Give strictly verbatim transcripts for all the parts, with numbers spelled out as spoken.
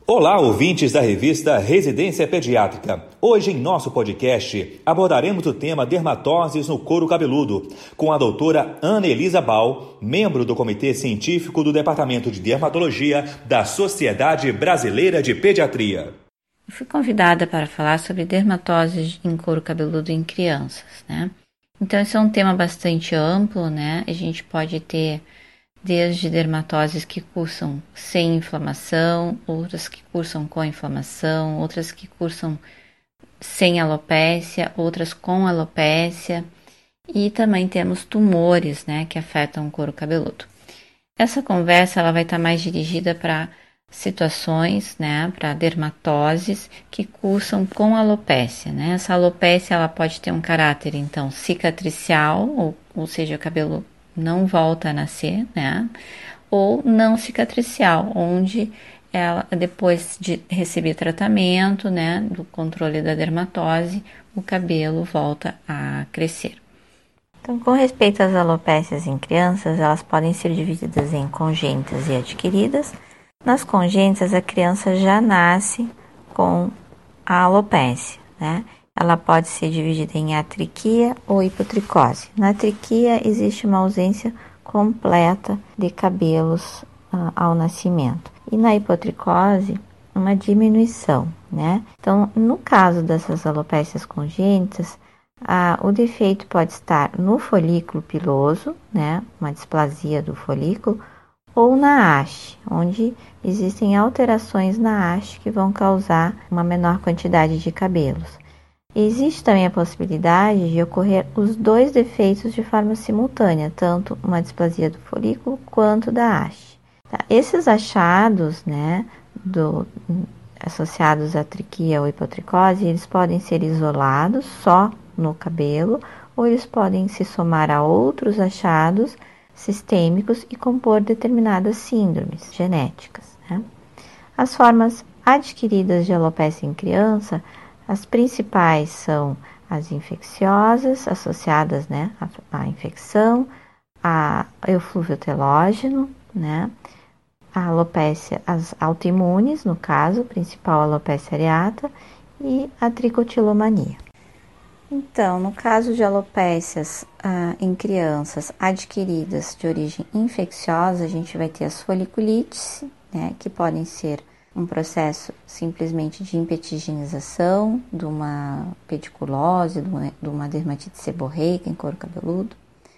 Olá, ouvintes da revista Residência Pediátrica. Hoje, em nosso podcast, abordaremos o tema dermatoses no couro cabeludo, com a doutora Ana Elisa Bal, membro do Comitê Científico do Departamento de Dermatologia da Sociedade Brasileira de Pediatria. Eu fui convidada para falar sobre dermatoses em couro cabeludo em crianças, né? Então, esse é um tema bastante amplo, né? A gente pode ter desde dermatoses que cursam sem inflamação, outras que cursam com inflamação, outras que cursam sem alopécia, outras com alopécia, e também temos tumores, né, que afetam o couro cabeludo. Essa conversa ela vai estar mais dirigida para situações, né, para dermatoses que cursam com alopécia, né? Essa alopécia ela pode ter um caráter então cicatricial, ou, ou seja, o cabelo não volta a nascer, né? Ou não cicatricial, onde ela, depois de receber tratamento, né, do controle da dermatose, o cabelo volta a crescer. Então, com respeito às alopécias em crianças, elas podem ser divididas em congênitas e adquiridas. Nas congênitas, a criança já nasce com a alopécia, né? Ela pode ser dividida em atriquia ou hipotricose. Na atriquia, existe uma ausência completa de cabelos uh, ao nascimento. E na hipotricose, uma diminuição, né? Então, no caso dessas alopécias congênitas, uh, o defeito pode estar no folículo piloso, né? Uma displasia do folículo, ou na haste, onde existem alterações na haste que vão causar uma menor quantidade de cabelos. Existe também a possibilidade de ocorrer os dois defeitos de forma simultânea, tanto uma displasia do folículo quanto da haste. Tá? Esses achados, né, do, associados à triquia ou hipotricose, eles podem ser isolados só no cabelo, ou eles podem se somar a outros achados sistêmicos e compor determinadas síndromes genéticas, né? As formas adquiridas de alopécia em criança, as principais são as infecciosas, associadas, né, à, à infecção, a eflúvio telógeno, né, a alopécia, as autoimunes, no caso, principal alopecia areata, e a tricotilomania. Então, no caso de alopécias ah, em crianças adquiridas de origem infecciosa, a gente vai ter as foliculites, né, que podem ser um processo simplesmente de impetigenização, de uma pediculose, de uma, de uma dermatite seborreica em couro cabeludo,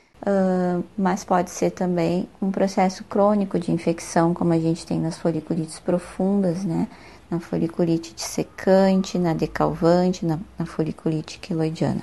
uh, mas pode ser também um processo crônico de infecção, como a gente tem nas foliculites profundas, né? Na foliculite dissecante, na decalvante, na, na foliculite quiloidiana.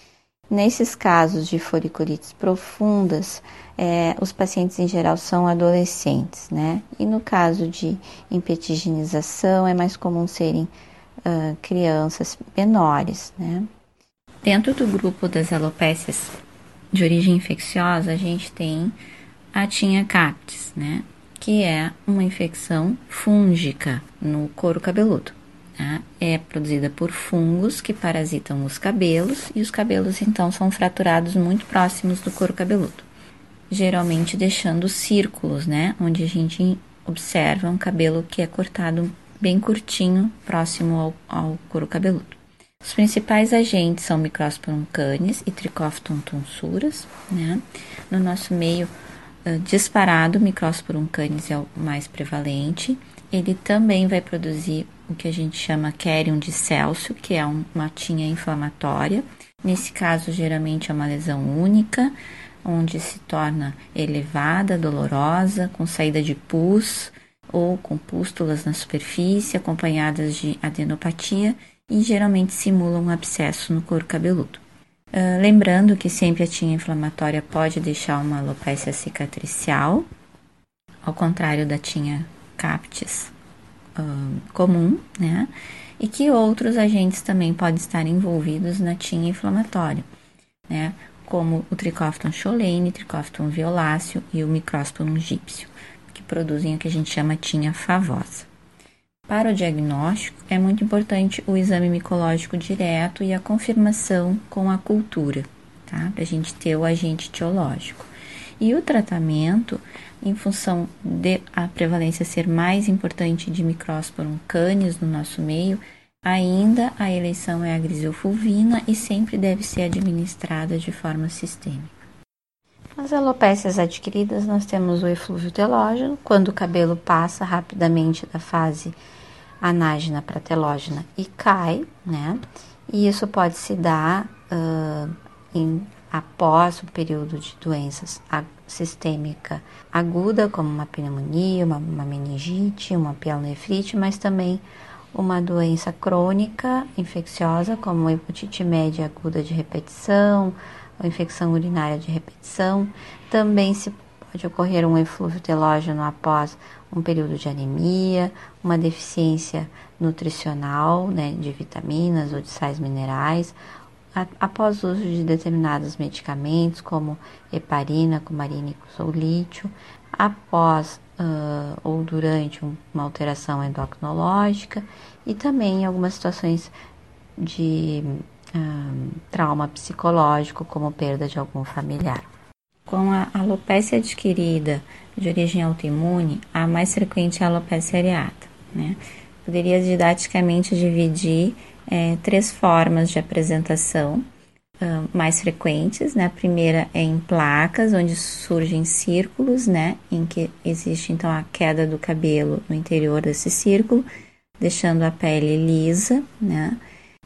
Nesses casos de foliculites profundas, é, os pacientes em geral são adolescentes, né? E no caso de impetigenização, é mais comum serem uh, crianças menores, né? Dentro do grupo das alopécias de origem infecciosa, a gente tem a tinea capitis, né? Que é uma infecção fúngica no couro cabeludo. Tá? É produzida por fungos que parasitam os cabelos e os cabelos então são fraturados muito próximos do couro cabeludo, geralmente deixando círculos, né, onde a gente observa um cabelo que é cortado bem curtinho próximo ao, ao couro cabeludo. Os principais agentes são Microsporum canis e Trichophyton tonsuras, né? No nosso meio uh, disparado, Microsporum canis é o mais prevalente. Ele também vai produzir o que a gente chama Carium de Celso, que é uma tinea inflamatória. Nesse caso, geralmente é uma lesão única, onde se torna elevada, dolorosa, com saída de pus ou com pústulas na superfície, acompanhadas de adenopatia e geralmente simula um abscesso no couro cabeludo. Uh, lembrando que sempre a tinea inflamatória pode deixar uma alopécia cicatricial, ao contrário da tinea capitis uh, comum, né? E que outros agentes também podem estar envolvidos na tinea inflamatória, né? Como o Trichophyton cholene, Trichophyton violáceo e o Microsporum gípseo, que produzem o que a gente chama tinea favosa. Para o diagnóstico, é muito importante o exame micológico direto e a confirmação com a cultura, tá? Para a gente ter o agente etiológico. E o tratamento, em função de a prevalência ser mais importante de Microsporum canis no nosso meio, ainda a eleição é a griseofulvina e sempre deve ser administrada de forma sistêmica. Nas alopécias adquiridas, nós temos o eflúvio telógeno, quando o cabelo passa rapidamente da fase anágena para telógena e cai, né? E isso pode se dar uh, em, após o período de doenças sistêmica aguda, como uma pneumonia, uma, uma meningite, uma pielonefrite, mas também uma doença crônica infecciosa, como a hepatite média aguda de repetição, a infecção urinária de repetição. Também se pode ocorrer um eflúvio telógeno após um período de anemia, uma deficiência nutricional, né, de vitaminas ou de sais minerais, a, após o uso de determinados medicamentos, como heparina, cumarínicos ou lítio, após uh, ou durante um, uma alteração endocrinológica e também em algumas situações de um, trauma psicológico, como perda de algum familiar. Com a alopécia adquirida de origem autoimune, a mais frequente é a alopécia areata, né? Poderia didaticamente dividir é, três formas de apresentação uh, mais frequentes, né? A primeira é em placas, onde surgem círculos, né? Em que existe então a queda do cabelo no interior desse círculo, deixando a pele lisa, né?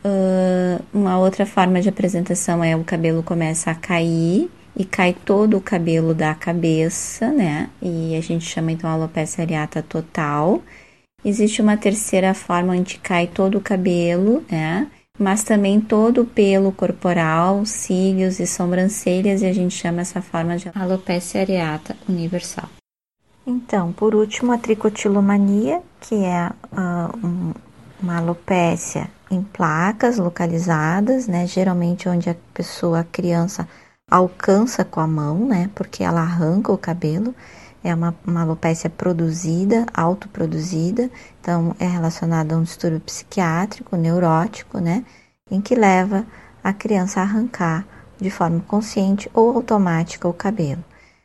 Uh, uma outra forma de apresentação é o cabelo começa a cair e cai todo o cabelo da cabeça, né? E a gente chama então a alopécia areata total. Existe uma terceira forma onde cai todo o cabelo, né? Mas também todo o pelo corporal, cílios e sobrancelhas, e a gente chama essa forma de alopécia areata universal. Então, por último, a tricotilomania, que é uh, um, uma alopécia em placas localizadas, né? Geralmente onde a pessoa, a criança, alcança com a mão, né? Porque ela arranca o cabelo. É uma, uma alopécia produzida, autoproduzida, então é relacionada a um distúrbio psiquiátrico, neurótico, né? Em que leva a criança a arrancar de forma consciente ou automática o cabelo.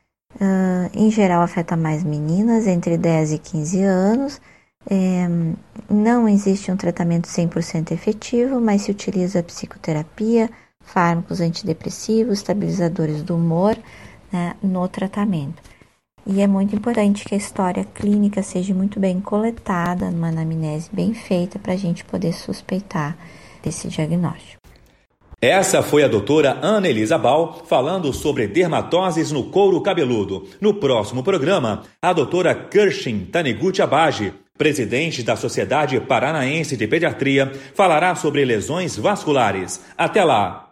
Uh, em geral afeta mais meninas entre dez e quinze anos. É, não existe um tratamento cem por cento efetivo, mas se utiliza psicoterapia, fármacos antidepressivos, estabilizadores do humor, né, no tratamento. E é muito importante que a história clínica seja muito bem coletada, uma anamnese bem feita para a gente poder suspeitar desse diagnóstico. Essa foi a doutora Ana Elisa Bal falando sobre dermatoses no couro cabeludo. No próximo programa, a doutora Kershin Taniguchi Abage, presidente da Sociedade Paranaense de Pediatria, falará sobre lesões vasculares. Até lá!